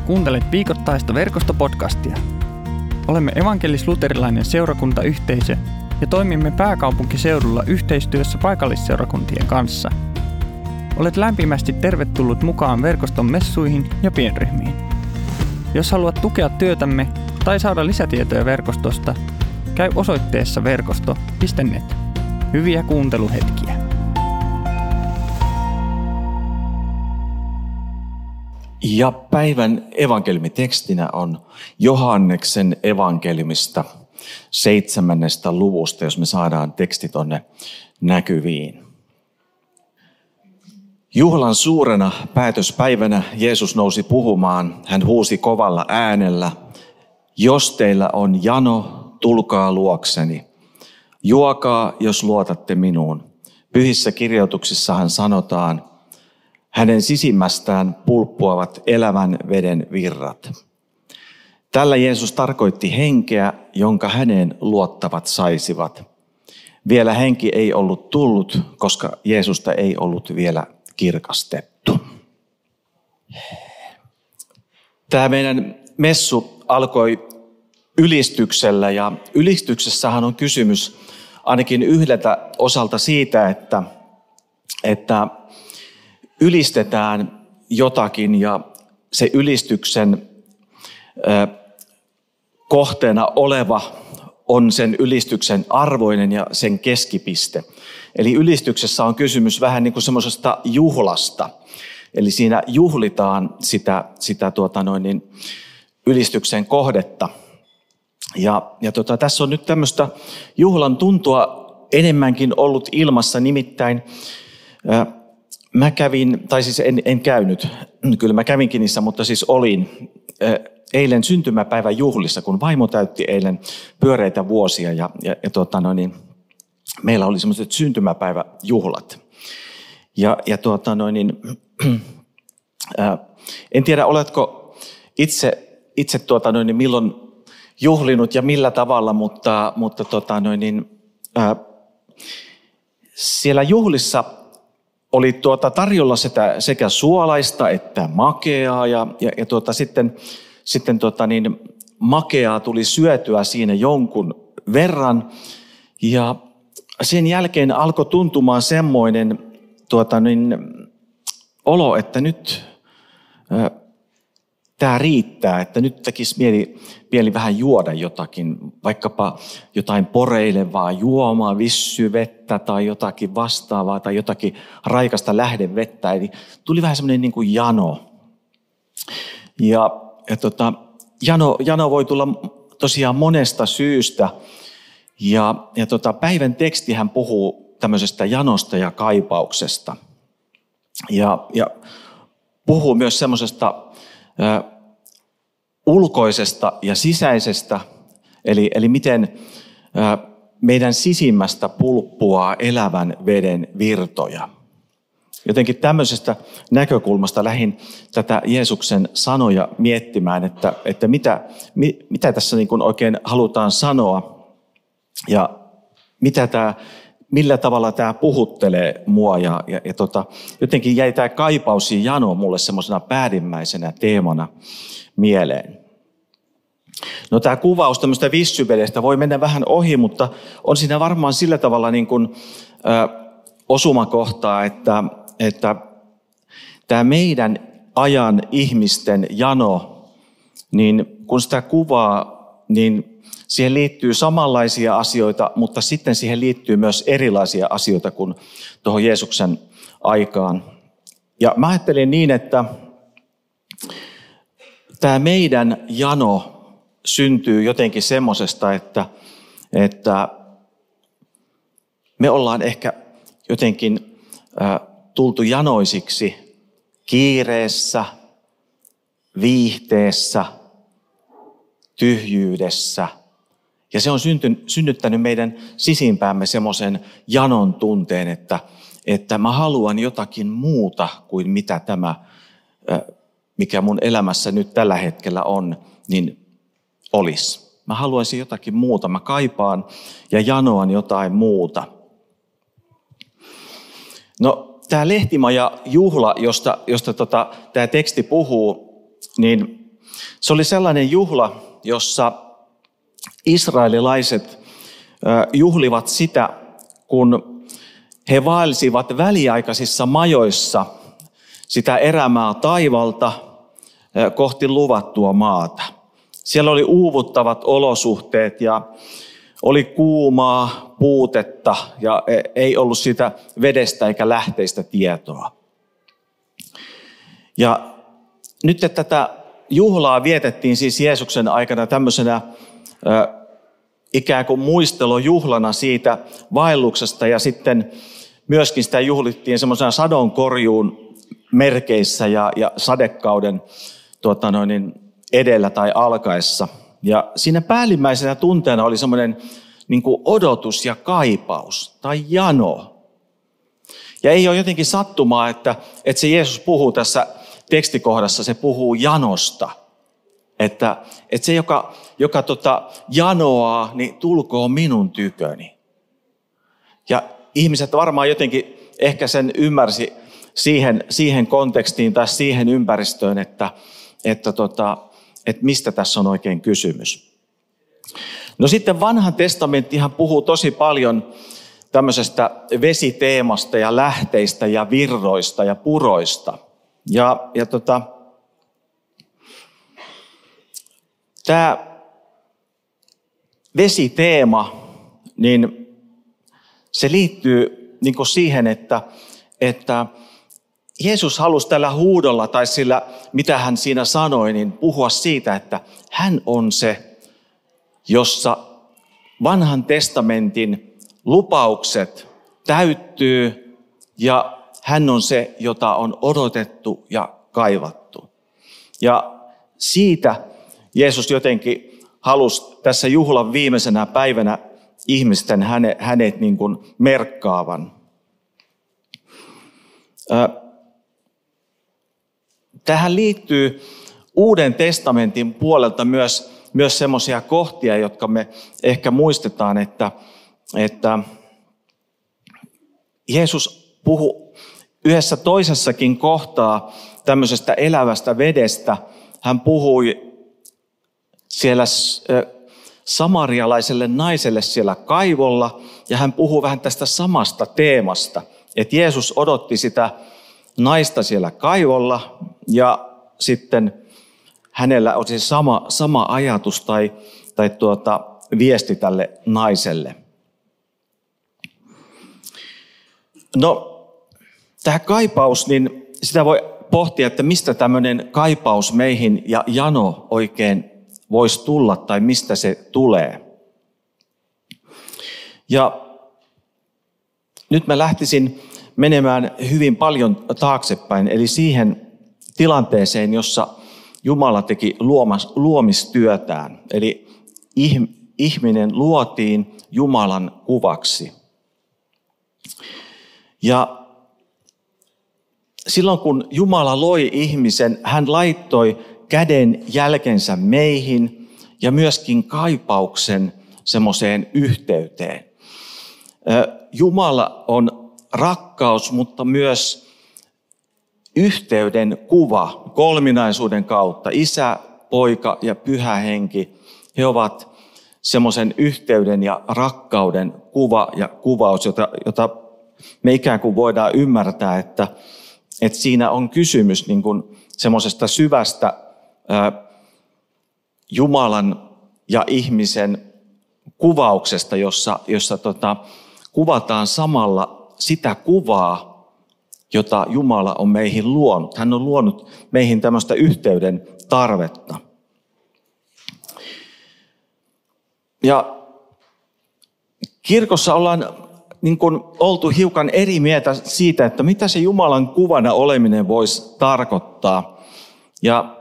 Kuuntelet viikoittaista verkostopodcastia. Olemme evankelis-luterilainen seurakuntayhteisö ja toimimme pääkaupunkiseudulla yhteistyössä paikallisseurakuntien kanssa. Olet lämpimästi tervetullut mukaan verkoston messuihin ja pienryhmiin. Jos haluat tukea työtämme tai saada lisätietoja verkostosta, käy osoitteessa verkosto.net. Hyviä kuunteluhetkiä. Ja päivän evankeliumitekstinä on Johanneksen evankeliumista 7. luvusta, jos me saadaan teksti tonne näkyviin. Juhlan suurena päätöspäivänä Jeesus nousi puhumaan. Hän huusi kovalla äänellä: "Jos teillä on jano, tulkaa luokseni. Juokaa, jos luotatte minuun." Pyhissä kirjoituksissahan sanotaan: hänen sisimmästään pulppuavat elävän veden virrat. Tällä Jeesus tarkoitti henkeä, jonka häneen luottavat saisivat. Vielä henki ei ollut tullut, koska Jeesusta ei ollut vielä kirkastettu. Tämä meidän messu alkoi ylistyksellä, ja ylistyksessähän on kysymys ainakin yhdeltä osalta siitä, että ylistetään jotakin ja se ylistyksen kohteena oleva on sen ylistyksen arvoinen ja sen keskipiste. Eli ylistyksessä on kysymys vähän niin kuin semmoisesta juhlasta. Eli siinä juhlitaan sitä ylistyksen kohdetta. Ja tässä on nyt tämmöistä juhlan tuntua enemmänkin ollut ilmassa, nimittäin mä kävin, tai siis en käynyt, kyllä mä kävinkin niissä, mutta siis olin eilen syntymäpäivän juhlissa, kun vaimo täytti eilen pyöreitä vuosia ja meillä oli semmoiset syntymäpäiväjuhlat. En tiedä, oletko itse milloin juhlinut ja millä tavalla, mutta siellä juhlissa oli tarjolla sekä suolaista että makeaa ja sitten makeaa tuli syötyä siinä jonkun verran ja sen jälkeen alkoi tuntumaan semmoinen olo, että nyt tämä riittää, että nyt tekisi mieli vähän juoda jotakin, vaikkapa jotain poreilevaa juomaa, vissyvettä tai jotakin vastaavaa tai jotakin raikasta lähdevettä. Eli tuli vähän semmoinen niin kuin jano. Jano voi tulla tosiaan monesta syystä. Ja päivän tekstihän puhuu tämmöisestä janosta ja kaipauksesta. Ja puhuu myös semmoisesta ulkoisesta ja sisäisestä, eli miten meidän sisimmästä pulppuaa elävän veden virtoja. Jotenkin tämmöisestä näkökulmasta lähdin tätä Jeesuksen sanoja miettimään, että mitä tässä niin kuin oikein halutaan sanoa ja millä tavalla tämä puhuttelee mua. Ja jotenkin jäi tämä kaipaus ja jano mulle semmoisena päällimmäisenä teemana mieleen. No tämä kuvaus tämmöistä vissyvedestä voi mennä vähän ohi, mutta on siinä varmaan sillä tavalla niin kuin osumakohtaa, että tämä meidän ajan ihmisten jano, niin kun sitä kuvaa, niin siihen liittyy samanlaisia asioita, mutta sitten siihen liittyy myös erilaisia asioita kuin tuohon Jeesuksen aikaan. Ja mä ajattelin niin, että tämä meidän jano syntyy jotenkin semmosesta, että me ollaan ehkä jotenkin tultu janoisiksi kiireessä, viihteessä, tyhjyydessä. Ja se on synnyttänyt meidän sisimpäämme semmoisen janon tunteen, että mä haluan jotakin muuta kuin mitä tämä, mikä mun elämässä nyt tällä hetkellä on, niin olisi. Mä haluaisin jotakin muuta. Mä kaipaan ja janoan jotain muuta. No, tämä lehtimaja juhla, josta tämä teksti puhuu, niin Se oli sellainen juhla, jossa israelilaiset juhlivat sitä, kun he vaelsivat väliaikaisissa majoissa sitä erämaa taivalta kohti luvattua maata. Siellä oli uuvuttavat olosuhteet ja oli kuumaa, puutetta ja ei ollut sitä vedestä eikä lähteistä tietoa. Ja nyt tätä juhlaa vietettiin siis Jeesuksen aikana tämmöisenä ikään kuin muistelojuhlana siitä vaelluksesta ja sitten myöskin sitä juhlittiin semmoisena sadonkorjuun merkeissä ja sadekauden edellä tai alkaessa. Ja siinä päällimmäisenä tunteena oli semmoinen niin kuin odotus ja kaipaus tai jano. Ja ei ole jotenkin sattumaa, että se Jeesus puhuu tässä tekstikohdassa, se puhuu janosta. Että se, joka janoaa, niin tulkoon minun tyköni. Ja ihmiset varmaan jotenkin ehkä sen ymmärsi siihen kontekstiin tai siihen ympäristöön, että mistä tässä on oikein kysymys. No sitten vanha testamenttihan puhuu tosi paljon tämmöisestä vesiteemasta ja lähteistä ja virroista ja puroista. Tämä vesiteema, niin se liittyy niin kuin siihen, että Jeesus halusi tällä huudolla tai sillä, mitä hän siinä sanoi, niin puhua siitä, että hän on se, jossa vanhan testamentin lupaukset täyttyy ja hän on se, jota on odotettu ja kaivattu. Ja siitä Jeesus jotenkin halusi tässä juhlan viimeisenä päivänä ihmisten hänet niin kuin merkkaavan. Tähän liittyy Uuden testamentin puolelta myös semmoisia kohtia, jotka me ehkä muistetaan, että Jeesus puhui yhdessä toisessakin kohtaa tämmöisestä elävästä vedestä. Hän puhui siellä samarialaiselle naiselle siellä kaivolla ja hän puhuu vähän tästä samasta teemasta, että Jeesus odotti sitä naista siellä kaivolla ja sitten hänellä oli sama ajatus tai viesti tälle naiselle. No, tämä kaipaus, niin sitä voi pohtia, että mistä tämmöinen kaipaus meihin ja jano oikein voisi tulla tai mistä se tulee. Ja nyt mä lähtisin menemään hyvin paljon taaksepäin, eli siihen tilanteeseen, jossa Jumala teki luomistyötään. Eli ihminen luotiin Jumalan kuvaksi. Ja silloin kun Jumala loi ihmisen, hän laittoi käden jälkensä meihin ja myöskin kaipauksen semmoiseen yhteyteen. Jumala on rakkaus, mutta myös yhteyden kuva kolminaisuuden kautta. Isä, poika ja pyhä henki, he ovat semmoisen yhteyden ja rakkauden kuva ja kuvaus, jota me ikään kuin voidaan ymmärtää, että siinä on kysymys niin kuin semmoisesta syvästä Jumalan ja ihmisen kuvauksesta, jossa kuvataan samalla sitä kuvaa, jota Jumala on meihin luonut. Hän on luonut meihin tämmöistä yhteyden tarvetta. Ja kirkossa ollaan niin kuin oltu hiukan eri mieltä siitä, että mitä se Jumalan kuvana oleminen voisi tarkoittaa. Ja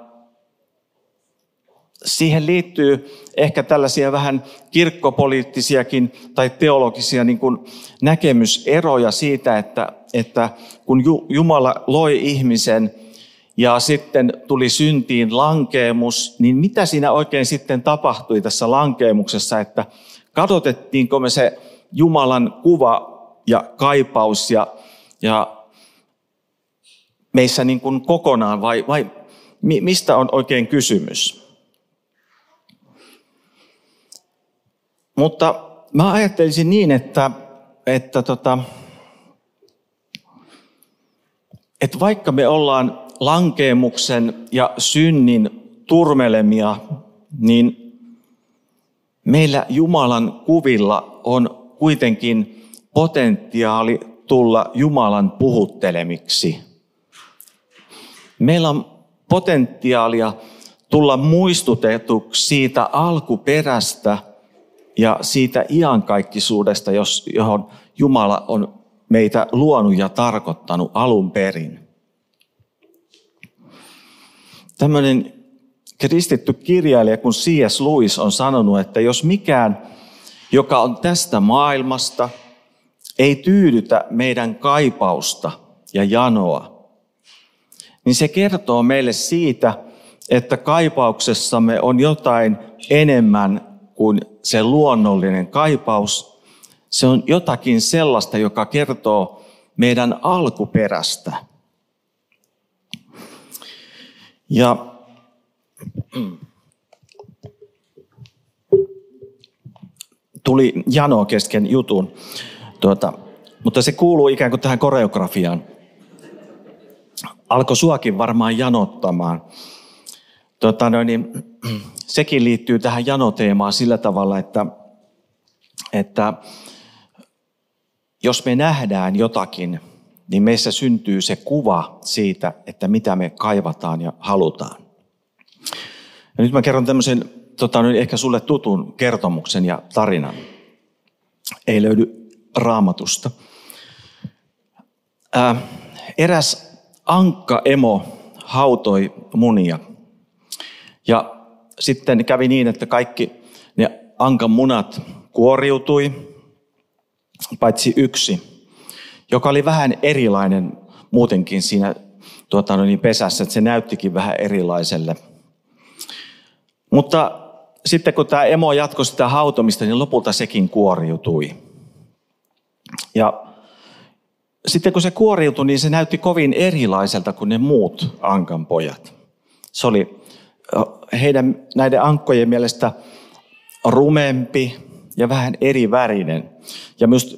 siihen liittyy ehkä tällaisia vähän kirkkopoliittisiakin tai teologisia niin kuin näkemyseroja siitä, että kun Jumala loi ihmisen ja sitten tuli syntiin lankeemus, niin mitä siinä oikein sitten tapahtui tässä lankeemuksessa, että kadotettiinko me se Jumalan kuva ja kaipaus ja meissä niin kuin kokonaan vai mistä on oikein kysymys. Mutta mä ajattelisin niin, että vaikka me ollaan lankeemuksen ja synnin turmelemia, niin meillä Jumalan kuvilla on kuitenkin potentiaali tulla Jumalan puhuttelemiksi. Meillä on potentiaalia tulla muistutetuksi siitä alkuperästä ja siitä iankaikkisuudesta, johon Jumala on meitä luonut ja tarkoittanut alun perin. Tämmöinen kristitty kirjailija kuin C.S. Lewis on sanonut, että jos mikään, joka on tästä maailmasta, ei tyydytä meidän kaipausta ja janoa, niin se kertoo meille siitä, että kaipauksessamme on jotain enemmän kuin se luonnollinen kaipaus. Se on jotakin sellaista, joka kertoo meidän alkuperästä. Ja tuli jano kesken jutun, mutta se kuuluu ikään kuin tähän koreografiaan. Alkoi suakin varmaan janottamaan. Sekin liittyy tähän janoteemaan sillä tavalla, että jos me nähdään jotakin, niin meissä syntyy se kuva siitä, että mitä me kaivataan ja halutaan. Ja nyt mä kerron tämmöisen ehkä sulle tutun kertomuksen ja tarinan. Ei löydy Raamatusta. Eräs ankkaemo hautoi munia. Ja sitten kävi niin, että kaikki ne ankan munat kuoriutui, paitsi yksi, joka oli vähän erilainen muutenkin siinä pesässä, että se näyttikin vähän erilaiselle. Mutta sitten kun tämä emo jatkoi sitä hautomista, niin lopulta sekin kuoriutui. Ja sitten kun se kuoriutui, niin se näytti kovin erilaiselta kuin ne muut ankanpojat. Se oli näiden ankkojen mielestä rumempi ja vähän eri värinen. Ja myös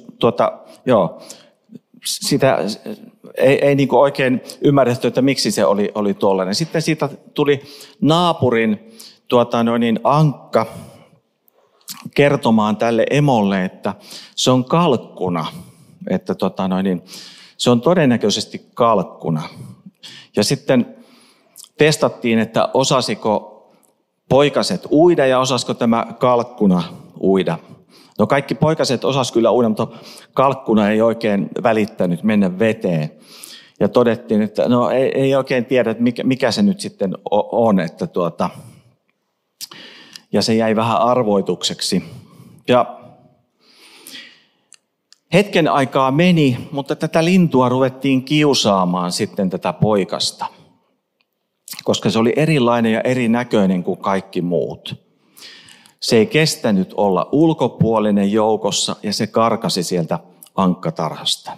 sitä ei niin kuin oikein ymmärretty, että miksi se oli tuollainen. Sitten siitä tuli naapurin ankka kertomaan tälle emolle, että se on kalkkuna, että se on todennäköisesti kalkkuna. Ja sitten testattiin, että osasiko poikaset uida ja osasiko tämä kalkkuna uida. No kaikki poikaset osas kyllä uida, mutta kalkkuna ei oikein välittänyt mennä veteen. Ja todettiin, että no ei oikein tiedä, että mikä se nyt sitten on, että ja se jäi vähän arvoitukseksi. Ja hetken aikaa meni, mutta tätä lintua ruvettiin kiusaamaan sitten tätä poikasta, koska se oli erilainen ja erinäköinen kuin kaikki muut. Se ei kestänyt olla ulkopuolinen joukossa ja se karkasi sieltä ankkatarhasta.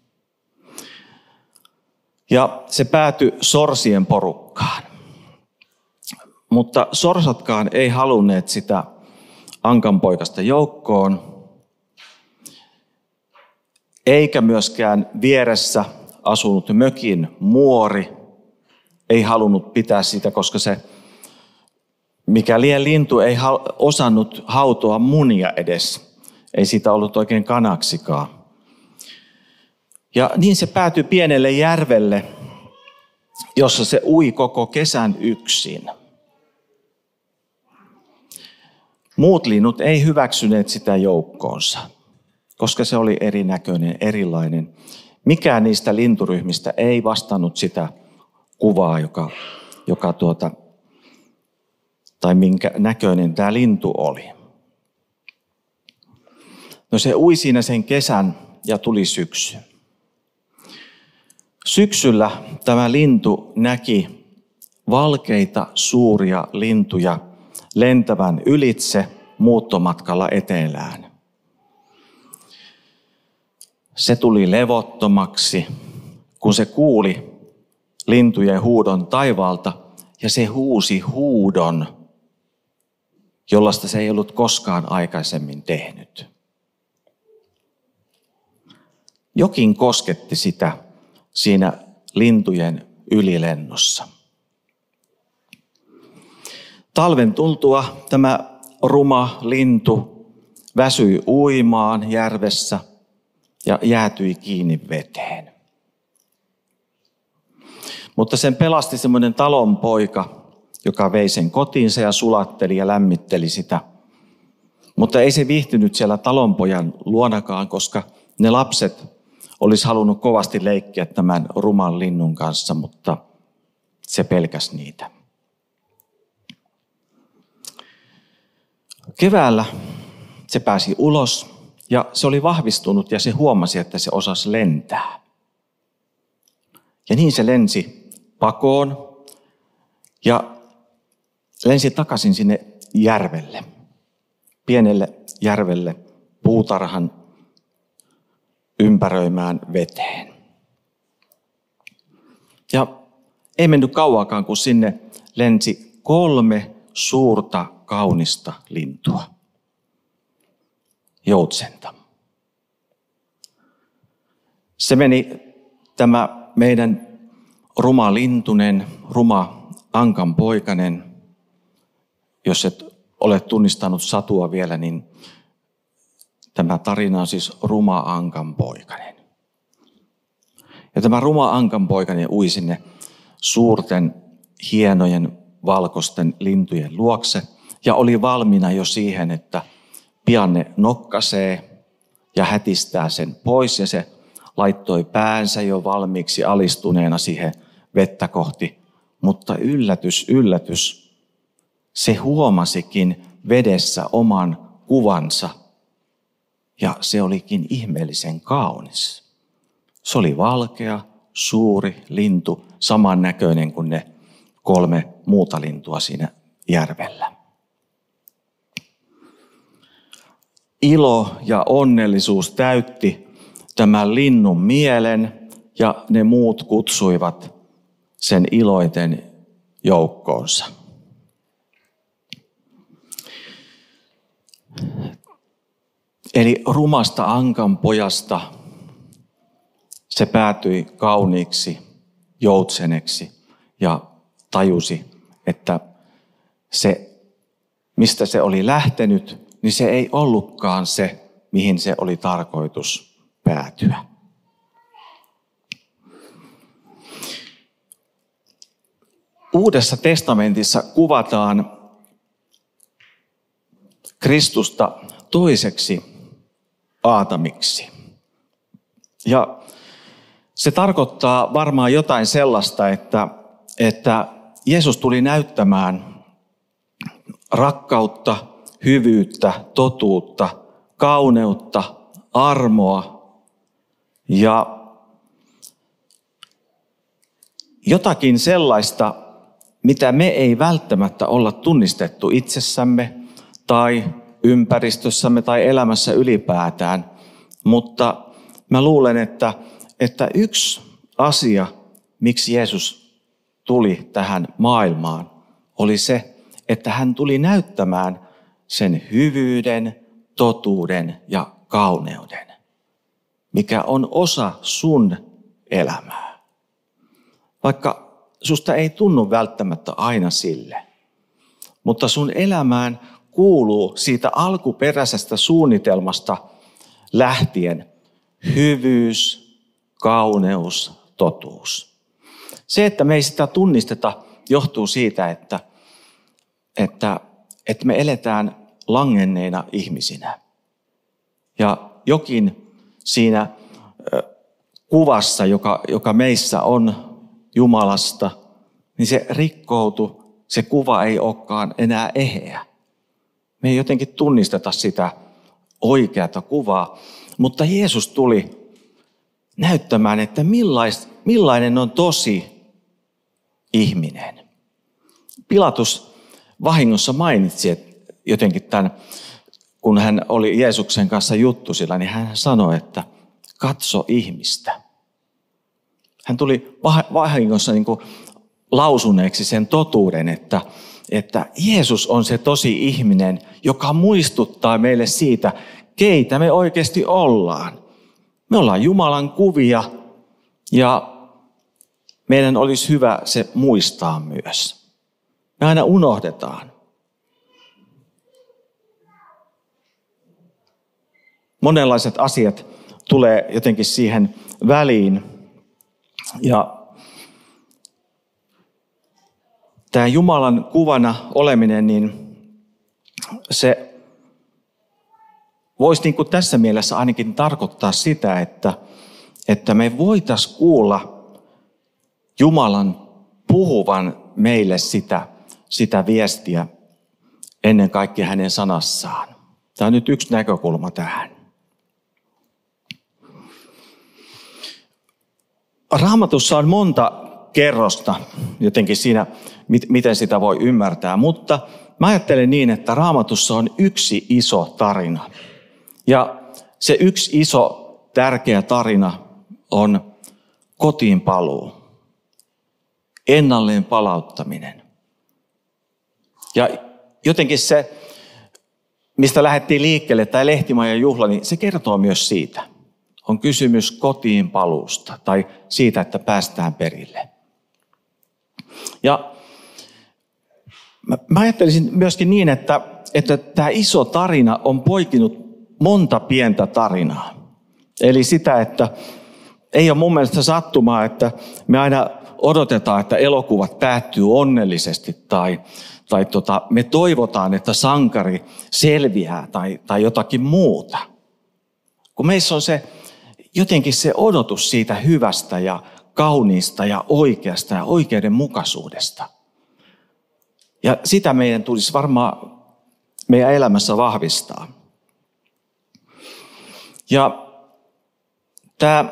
Ja se päätyi sorsien porukkaan. Mutta sorsatkaan ei halunneet sitä ankanpoikasta joukkoon, eikä myöskään vieressä asunut mökin muori ei halunnut pitää sitä, koska se mikäli lintu ei osannut hautoa munia edes, ei siitä ollut oikein kanaksikaan. Ja niin se päätyi pienelle järvelle, jossa se ui koko kesän yksin. Muut linnut ei hyväksyneet sitä joukkoonsa, koska se oli erinäköinen, erilainen. Mikään niistä linturyhmistä ei vastannut sitä kuvaa, tai minkä näköinen tämä lintu oli. No se ui siinä sen kesän ja tuli syksy. Syksyllä tämä lintu näki valkeita suuria lintuja lentävän ylitse muuttomatkalla etelään. Se tuli levottomaksi, kun se kuuli lintujen huudon taivaalta ja se huusi huudon, jollaista se ei ollut koskaan aikaisemmin tehnyt. Jokin kosketti sitä siinä lintujen ylilennossa. Talven tultua tämä ruma lintu väsyi uimaan järvessä ja jäätyi kiinni veteen. Mutta sen pelasti semmoinen talonpoika, joka vei sen kotiinsa ja sulatteli ja lämmitteli sitä. Mutta ei se viihtynyt siellä talonpojan luonakaan, koska ne lapset olisi halunnut kovasti leikkiä tämän ruman linnun kanssa, mutta se pelkäsi niitä. Keväällä se pääsi ulos ja se oli vahvistunut ja se huomasi, että se osasi lentää. Ja niin se lensi pakoon ja lensi takaisin sinne järvelle, pienelle järvelle, puutarhan ympäröimään veteen. Ja ei mennyt kauaakaan, kun sinne lensi 3 suurta kaunista lintua, joutsenta. Se meni tämä meidän ruma lintunen, ruma ankanpoikainen. Jos et ole tunnistanut satua vielä, niin tämä tarina on siis ruma ankanpoikainen. Ja tämä ruma ankanpoikainen ui sinne suurten, hienojen, valkoisten lintujen luokse ja oli valmiina jo siihen, että pian ne nokkasee ja hätistää sen pois ja se laittoi päänsä jo valmiiksi alistuneena siihen vettä kohti. Mutta yllätys, yllätys, se huomasikin vedessä oman kuvansa ja se olikin ihmeellisen kaunis. Se oli valkea, suuri lintu, samannäköinen kuin ne 3 muuta lintua siinä järvellä. Ilo ja onnellisuus täytti tämän linnun mielen ja ne muut kutsuivat sen iloiten joukkoonsa. Eli rumasta ankanpojasta se päätyi kauniiksi joutseneksi ja tajusi, että se, mistä se oli lähtenyt, niin se ei ollutkaan se, mihin se oli tarkoitus päätyä. Uudessa testamentissa kuvataan Kristusta toiseksi Aatamiksi. Ja se tarkoittaa varmaan jotain sellaista, että Jeesus tuli näyttämään rakkautta, hyvyyttä, totuutta, kauneutta, armoa ja jotakin sellaista, mitä me ei välttämättä olla tunnistettu itsessämme tai ympäristössämme tai elämässä ylipäätään. Mutta mä luulen, että yksi asia, miksi Jeesus tuli tähän maailmaan, oli se, että hän tuli näyttämään sen hyvyyden, totuuden ja kauneuden, mikä on osa sun elämää. Vaikka susta ei tunnu välttämättä aina sille, mutta sun elämään kuuluu siitä alkuperäisestä suunnitelmasta lähtien hyvyys, kauneus, totuus. Se, että me ei sitä tunnisteta, johtuu siitä, että me eletään langenneina ihmisinä. Ja jokin siinä kuvassa, joka meissä on Jumalasta, niin se rikkoutuu, se kuva ei olekaan enää eheä. Me ei jotenkin tunnisteta sitä oikeata kuvaa, mutta Jeesus tuli näyttämään, että millainen on tosi ihminen. Pilatus vahingossa mainitsi että jotenkin tämän, kun hän oli Jeesuksen kanssa juttusilla, niin hän sanoi, että katso ihmistä. Hän tuli vahingossa niin kuin lausuneeksi sen totuuden, että Jeesus on se tosi ihminen, joka muistuttaa meille siitä, keitä me oikeasti ollaan. Me ollaan Jumalan kuvia ja meidän olisi hyvä se muistaa myös. Me aina unohdetaan. Monenlaiset asiat tulee jotenkin siihen väliin. Ja tämä Jumalan kuvana oleminen, niin se voisi niin kuin tässä mielessä ainakin tarkoittaa sitä, että me voitaisiin kuulla Jumalan puhuvan meille sitä viestiä ennen kaikkea hänen sanassaan. Tämä on nyt yksi näkökulma tähän. Raamatussa on monta kerrosta jotenkin siinä, miten sitä voi ymmärtää, mutta mä ajattelen niin, että Raamatussa on yksi iso tarina. Ja se yksi iso tärkeä tarina on kotiin paluu, ennalleen palauttaminen. Ja jotenkin se, mistä lähdettiin liikkeelle, tämä Lehtimajan juhla, niin se kertoo myös siitä. On kysymys kotiin paluusta tai siitä, että päästään perille. Ja mä ajattelisin myöskin niin, että tämä iso tarina on poikinut monta pientä tarinaa. Eli sitä, että ei ole mun mielestä sattumaa, että me aina odotetaan, että elokuvat päättyy onnellisesti tai me toivotaan, että sankari selviää tai jotakin muuta. Kun meissä on jotenkin se odotus siitä hyvästä ja kauniista ja oikeasta ja oikeudenmukaisuudesta. Ja sitä meidän tulisi varmaan meidän elämässä vahvistaa. Ja tämä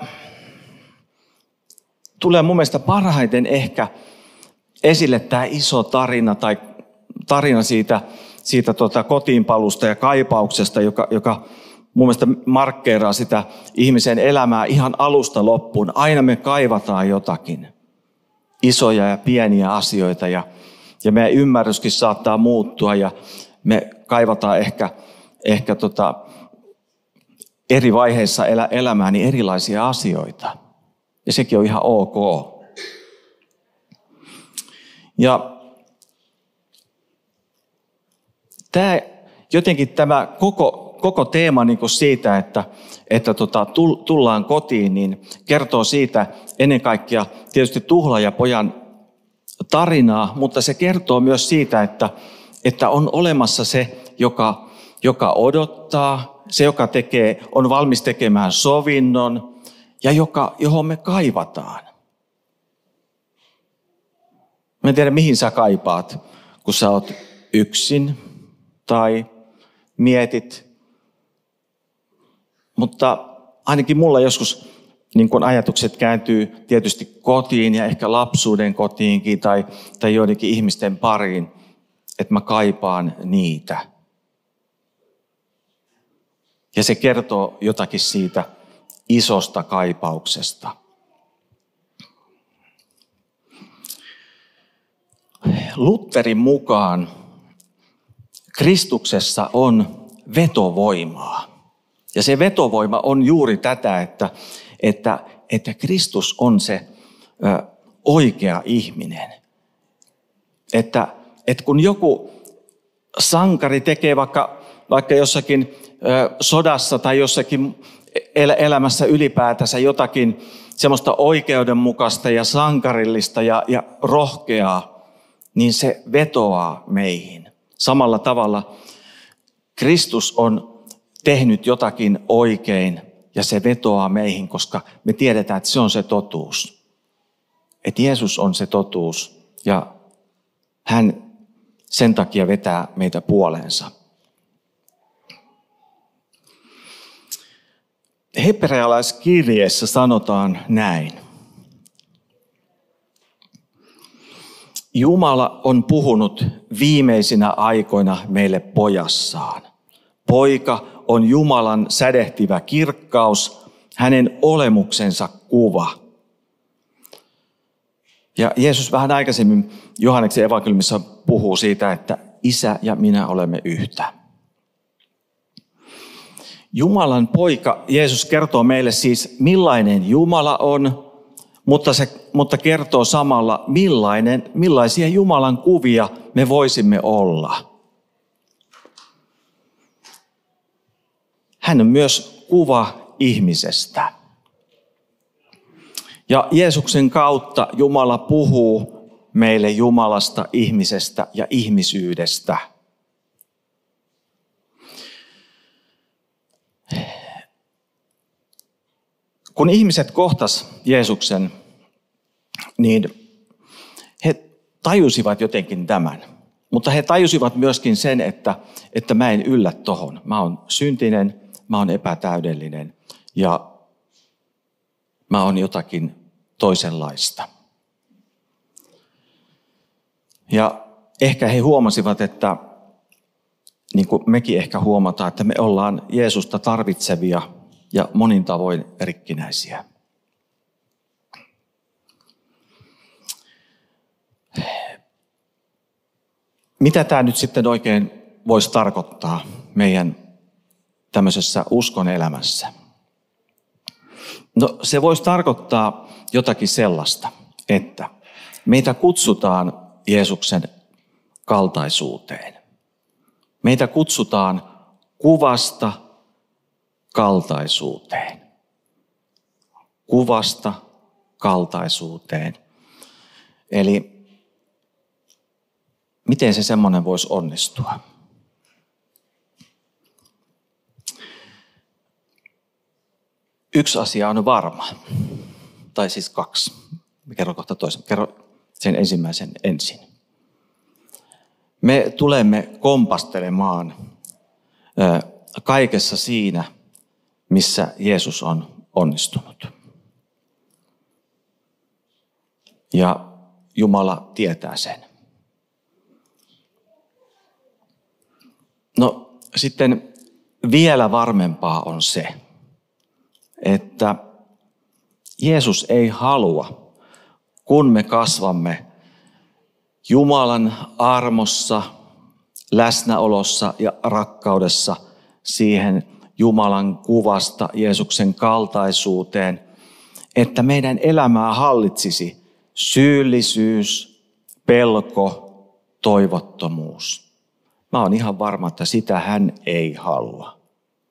tulee mun mielestä parhaiten ehkä esille tämä iso tarina tai tarina siitä kotiinpalusta ja kaipauksesta, joka mun mielestä markkeeraa sitä ihmisen elämää ihan alusta loppuun. Aina me kaivataan jotakin, isoja ja pieniä asioita ja meidän ymmärryskin saattaa muuttua ja me kaivataan ehkä eri vaiheissa elämää niin erilaisia asioita. Ja sekin on ihan ok. Ja tämä koko teema niin kuin siitä, että tullaan kotiin, niin kertoo siitä ennen kaikkea tietysti tuhlaajapojan tarinaa, mutta se kertoo myös siitä, että on olemassa se, joka odottaa, se, joka on valmis tekemään sovinnon ja johon me kaivataan. Mä en tiedä, mihin sä kaipaat, kun sä oot yksin tai mietit. Mutta ainakin mulla joskus niin kun ajatukset kääntyy tietysti kotiin ja ehkä lapsuuden kotiinkin tai joidenkin ihmisten pariin, että mä kaipaan niitä. Ja se kertoo jotakin siitä isosta kaipauksesta. Lutherin mukaan Kristuksessa on vetovoimaa. Ja se vetovoima on juuri tätä, että Kristus on se oikea ihminen. Että kun joku sankari tekee vaikka jossakin sodassa tai jossakin elämässä ylipäätänsä jotakin semmoista oikeudenmukaista ja sankarillista ja rohkeaa, niin se vetoaa meihin. Samalla tavalla Kristus on tehnyt jotakin oikein ja se vetoaa meihin, koska me tiedetään, että se on se totuus. Että Jeesus on se totuus ja hän sen takia vetää meitä puoleensa. Hebrealaiskirjeessä sanotaan näin. Jumala on puhunut viimeisinä aikoina meille pojassaan. Poika on Jumalan sädehtivä kirkkaus, hänen olemuksensa kuva. Ja Jeesus vähän aikaisemmin Johanneksen evankeliumissa puhuu siitä, että Isä ja minä olemme yhtä. Jumalan poika Jeesus kertoo meille siis, millainen Jumala on, mutta kertoo samalla, millaisia Jumalan kuvia me voisimme olla. Hän on myös kuva ihmisestä. Ja Jeesuksen kautta Jumala puhuu meille Jumalasta, ihmisestä ja ihmisyydestä. Kun ihmiset kohtas Jeesuksen, niin he tajusivat jotenkin tämän. Mutta he tajusivat myöskin sen, että mä en yllä tohon. Mä oon syntinen, mä oon epätäydellinen ja mä oon jotakin toisenlaista. Ja ehkä he huomasivat, että niin kuin mekin ehkä huomataan, että me ollaan Jeesusta tarvitsevia ja monin tavoin rikkinäisiä. Mitä tämä nyt sitten oikein voisi tarkoittaa meidän tämmöisessä uskon elämässä? No se voisi tarkoittaa jotakin sellaista, että meitä kutsutaan Jeesuksen kaltaisuuteen. Meitä kutsutaan kuvasta kaltaisuuteen. Kuvasta kaltaisuuteen. Eli miten se semmoinen voisi onnistua? Yksi asia on varma, tai siis kaksi. Kerron kohta toisen. Kerron sen ensimmäisen ensin. Me tulemme kompastelemaan kaikessa siinä, missä Jeesus on onnistunut. Ja Jumala tietää sen. No sitten vielä varmempaa on se, että Jeesus ei halua, kun me kasvamme Jumalan armossa, läsnäolossa ja rakkaudessa siihen Jumalan kuvasta Jeesuksen kaltaisuuteen, että meidän elämää hallitsisi syyllisyys, pelko, toivottomuus. Mä oon ihan varma, että sitä hän ei halua.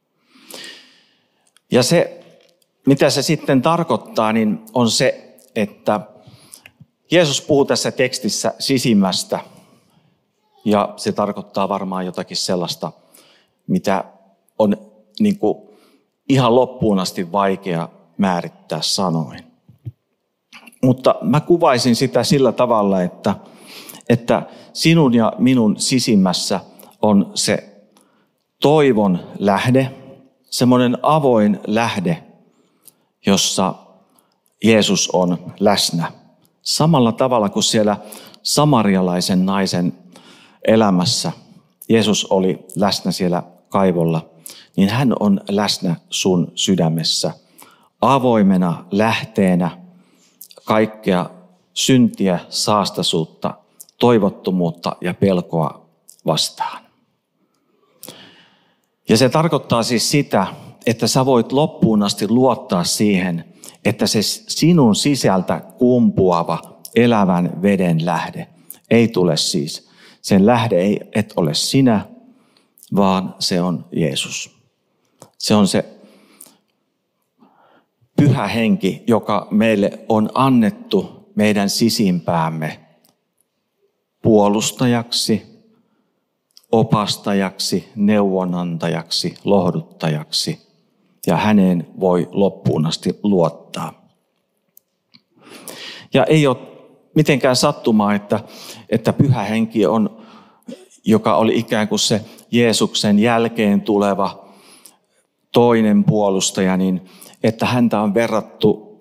Ja se, mitä se sitten tarkoittaa, niin on se, että Jeesus puhuu tässä tekstissä sisimmästä. Ja se tarkoittaa varmaan jotakin sellaista, mitä on niin kuin ihan loppuun asti vaikea määrittää sanoin. Mutta mä kuvaisin sitä sillä tavalla, että sinun ja minun sisimmässä on se toivon lähde, semmoinen avoin lähde, jossa Jeesus on läsnä. Samalla tavalla kuin siellä samarialaisen naisen elämässä Jeesus oli läsnä siellä kaivolla, niin hän on läsnä sun sydämessä avoimena lähteenä kaikkea syntiä, saastaisuutta, toivottomuutta ja pelkoa vastaan. Ja se tarkoittaa siis sitä, että sä voit loppuun asti luottaa siihen, että se sinun sisältä kumpuava elävän veden lähde ei tule siis. Sen lähde et ole sinä, vaan se on Jeesus. Se on se Pyhä Henki, joka meille on annettu meidän sisimpäämme puolustajaksi, opastajaksi, neuvonantajaksi, lohduttajaksi. Ja häneen voi loppuun asti luottaa. Ja ei ole mitenkään sattumaa, että Pyhä Henki on, joka oli ikään kuin se Jeesuksen jälkeen tuleva toinen puolustaja, niin että häntä on verrattu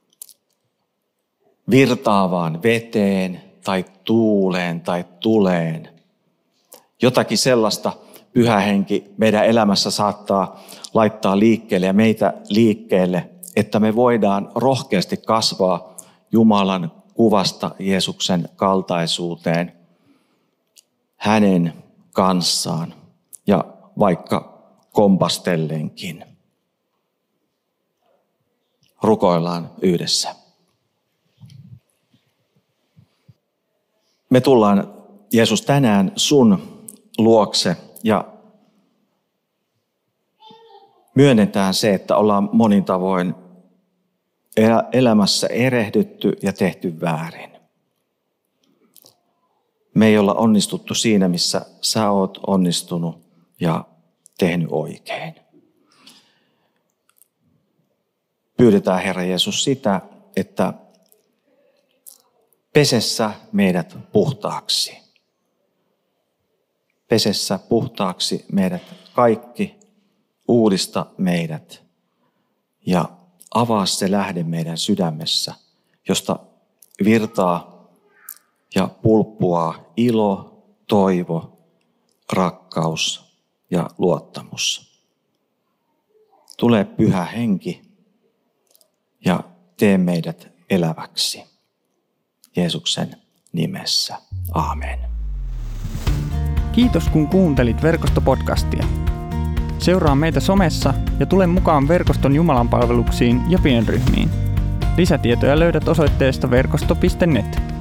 virtaavaan veteen tai tuuleen tai tuleen. Jotakin sellaista Pyhä Henki meidän elämässä saattaa laittaa liikkeelle ja meitä liikkeelle, että me voidaan rohkeasti kasvaa Jumalan kuvasta Jeesuksen kaltaisuuteen hänen kanssaan ja vaikka kompastellenkin. Rukoillaan yhdessä. Me tullaan, Jeesus, tänään sun luokse ja myönnetään se, että ollaan monin tavoin elämässä erehdytty ja tehty väärin. Me ei olla onnistuttu siinä, missä sä oot onnistunut ja tehnyt oikein. Pyydetään, Herra Jeesus, sitä, että pesessä meidät puhtaaksi. Pesessä puhtaaksi meidät kaikki, uudista meidät ja avaa se lähde meidän sydämessä, josta virtaa ja pulppuaa ilo, toivo, rakkaus ja luottamus. Tule Pyhä Henki ja tee meidät eläväksi. Jeesuksen nimessä. Aamen. Kiitos kun kuuntelit Verkosto-podcastia. Seuraa meitä somessa ja tule mukaan verkoston jumalanpalveluksiin ja pienryhmiin. Lisätietoja löydät osoitteesta verkosto.net.